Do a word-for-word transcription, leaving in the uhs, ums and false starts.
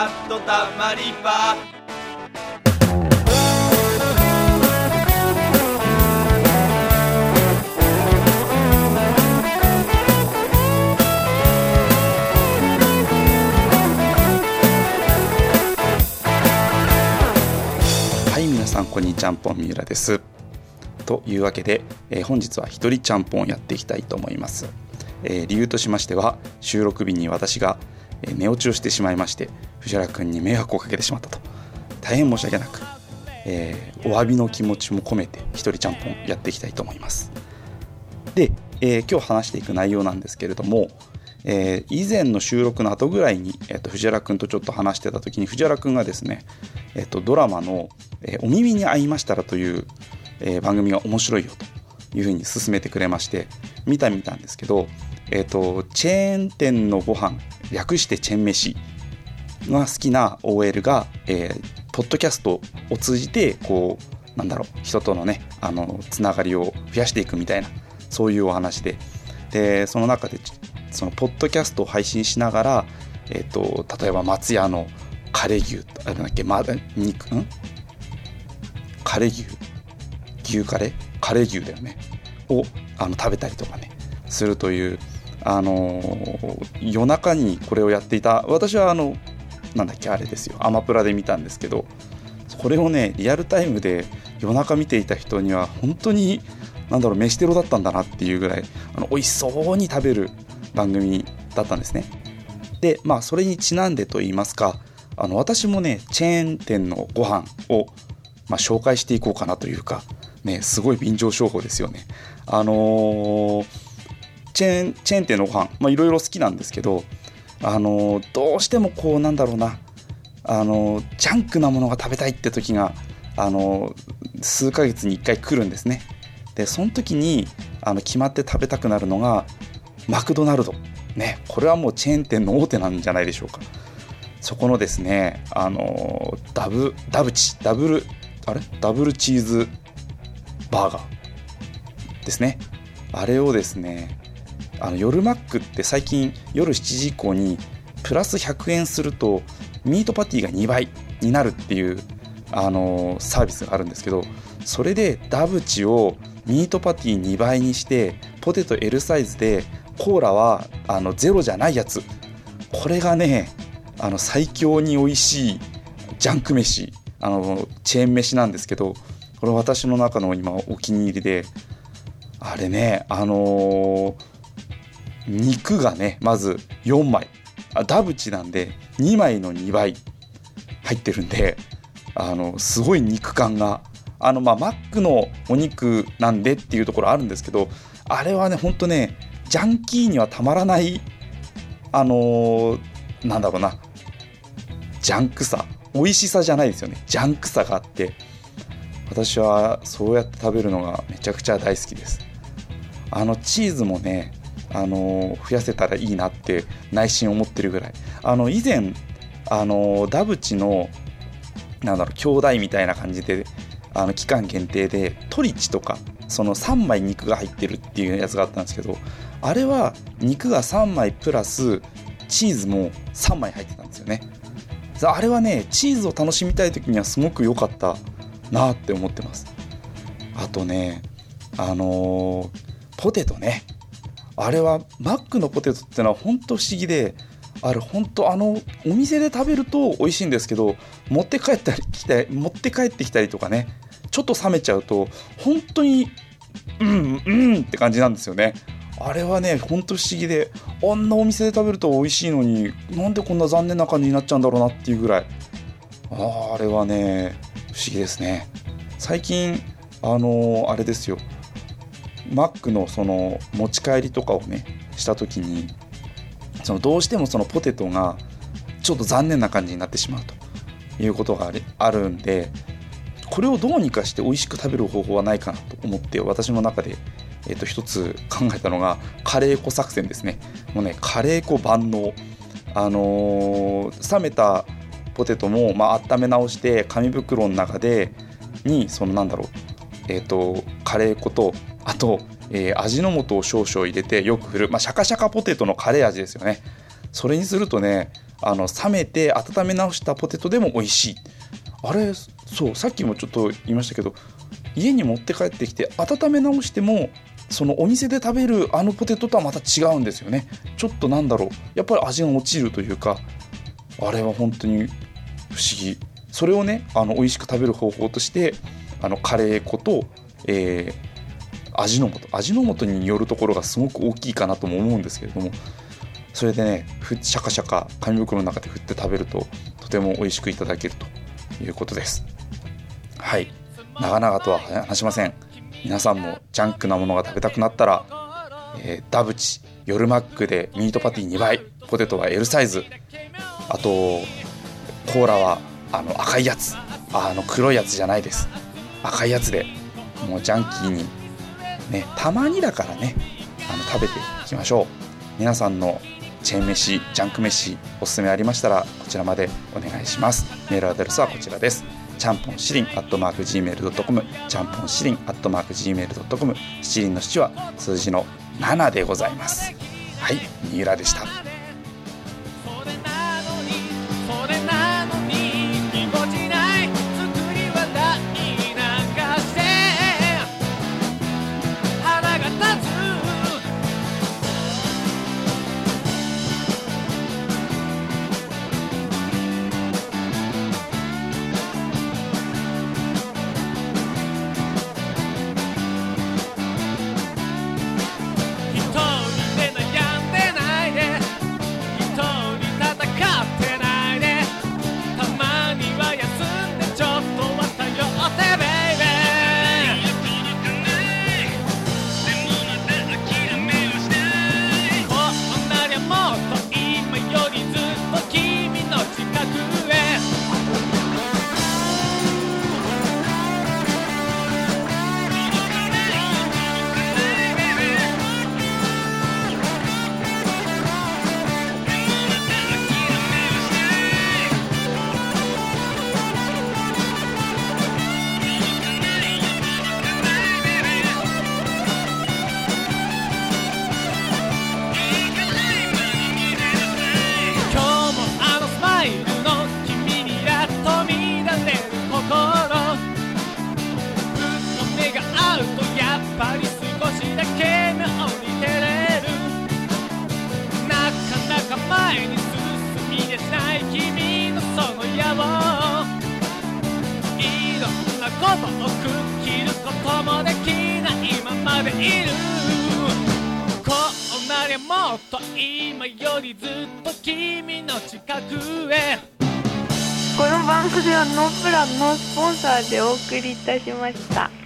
っとたまり場。 はい、皆さんこんにちは、ぽん三浦です。というわけで、えー、本日は一人ちゃんぽんをやっていきたいと思います。えー、理由としましては、収録日に私が、えー、寝落ちをしてしまいまして、藤原くんに迷惑をかけてしまったと、大変申し訳なく、えー、お詫びの気持ちも込めて一人ちゃんぽんやっていきたいと思います。で、えー、今日話していく内容なんですけれども、えー、以前の収録の後ぐらいに、えー、と藤原くんとちょっと話してた時に、藤原くんがですね、えー、とドラマの、えー、お耳に合いましたらという、えー、番組が面白いよというふうに勧めてくれまして、見た見たんですけど、えー、とチェーン店のご飯、略してチェン飯が好きな オーエル が、えー、ポッドキャストを通じてこうなんだろう人とのねあのつながりを増やしていくみたいな、そういうお話で、でその中でそのポッドキャストを配信しながら、えー、と例えば松屋のカレー牛あなんだっけ、ま、肉んカレー牛牛カレーカレー牛だよねをあの食べたりとかねするという、あのー、夜中にこれをやっていた。私はあのなんだっけあれですよ、アマプラで見たんですけど、これをねリアルタイムで夜中見ていた人には本当になんだろう飯テロだったんだなっていうぐらい、あの美味しそうに食べる番組だったんですね。でまあそれにちなんでと言いますか、あの私もねチェーン店のご飯を、まあ、紹介していこうかなというかね、すごい便乗商法ですよね。あのー、チェーンチェーン店のご飯、まあいろいろ好きなんですけど、あのー、どうしてもこうなんだろうな、あのー、ジャンクなものが食べたいって時が、あのー、数ヶ月にいっかい来るんですね。でその時にあの決まって食べたくなるのがマクドナルドね。これはもうチェーン店の大手なんじゃないでしょうか。そこのですね、あのー、ダブダブチダブルあれダブルチーズバーガーですね。あれをですね、あの夜マックって最近夜しちじ以降にプラスひゃくえんするとミートパティがにばいになるっていう、あのー、サービスがあるんですけど、それでダブチをミートパティにばいにしてポテト L サイズでコーラはあのゼロじゃないやつ、これがねあの最強に美味しいジャンク飯、あのチェーン飯なんですけど、これ私の中の今お気に入りで、あれねあのー、肉がねまずよんまい、あダブチなんでにまいのにばい入ってるんで、あのすごい肉感が、あのまあマックのお肉なんでっていうところあるんですけど、あれはねほんとねジャンキーにはたまらない、あのー、なんだろうなジャンクさ、美味しさじゃないですよね、ジャンクさがあって、私はそうやって食べるのがめちゃくちゃ大好きです。あのチーズもね、あのー、増やせたらいいなって内心思ってるぐらい、あの以前あのー、ダブチのなんだろう兄弟みたいな感じであの期間限定でトリチとかそのさんまい肉が入ってるっていうやつがあったんですけど、あれは肉がさんまいプラスチーズもさんまい入ってたんですよね。あれはねチーズを楽しみたい時にはすごく良かったなって思ってます。あとねあのー、ポテトね、あれはマックのポテトってのは本当不思議で、あれ本当あのお店で食べると美味しいんですけど、持って帰ったり来た持って帰ってきたりとかね、ちょっと冷めちゃうと本当にうんうんって感じなんですよね。あれはね本当不思議で、あんなお店で食べると美味しいのになんでこんな残念な感じになっちゃうんだろうなっていうぐらい、 あ, あれはね不思議ですね。最近あのー、あれですよ、マックのその持ち帰りとかをねした時に、そのどうしてもそのポテトがちょっと残念な感じになってしまうということが あ, れあるんで、これをどうにかして美味しく食べる方法はないかなと思って、私の中で、えー、と一つ考えたのがカレー粉作戦ですね。もうねカレー粉万能、あのー、冷めたポテトも、まあ、温め直して紙袋の中でにそのなんだろう、えー、とカレー粉とあと、えー、味の素を少々入れてよく振る、まあ、シャカシャカポテトのカレー味ですよね。それにするとね、 あの冷めて温め直したポテトでも美味しい。あれそうさっきもちょっと言いましたけど、家に持って帰ってきて温め直してもそのお店で食べるあのポテトとはまた違うんですよね。ちょっとなんだろう、やっぱり味が落ちるというか、あれは本当に不思議。それをねあの美味しく食べる方法としてあのカレー粉と、えー、味の素味の素によるところがすごく大きいかなとも思うんですけれども、それでねシャカシャカ紙袋の中で振って食べるととても美味しくいただけるということです。はい、長々とは話しません。皆さんもジャンクなものが食べたくなったら、えー、ダブチ夜マックでミートパティにばい、ポテトは L サイズ、あとコーラはあの赤いやつ、あの黒いやつじゃないです、赤いやつでもうジャンキーにね、たまにだからねあの食べていきましょう。皆さんのチェーン飯、ジャンク飯おすすめありましたらこちらまでお願いします。メールアドレスはこちらです。ちゃんぽんしりんアットマーク ジーメールドットコム、 ちゃんぽんしりんアットマーク ジーメールドットコム、 七輪の七は数字のななでございます。はい、三浦でした。 をく切ることもできないままでいる。こうなりゃもっと今よりずっと君の近くへ。 この番組はノープランのスポンサーでお送りいたしました。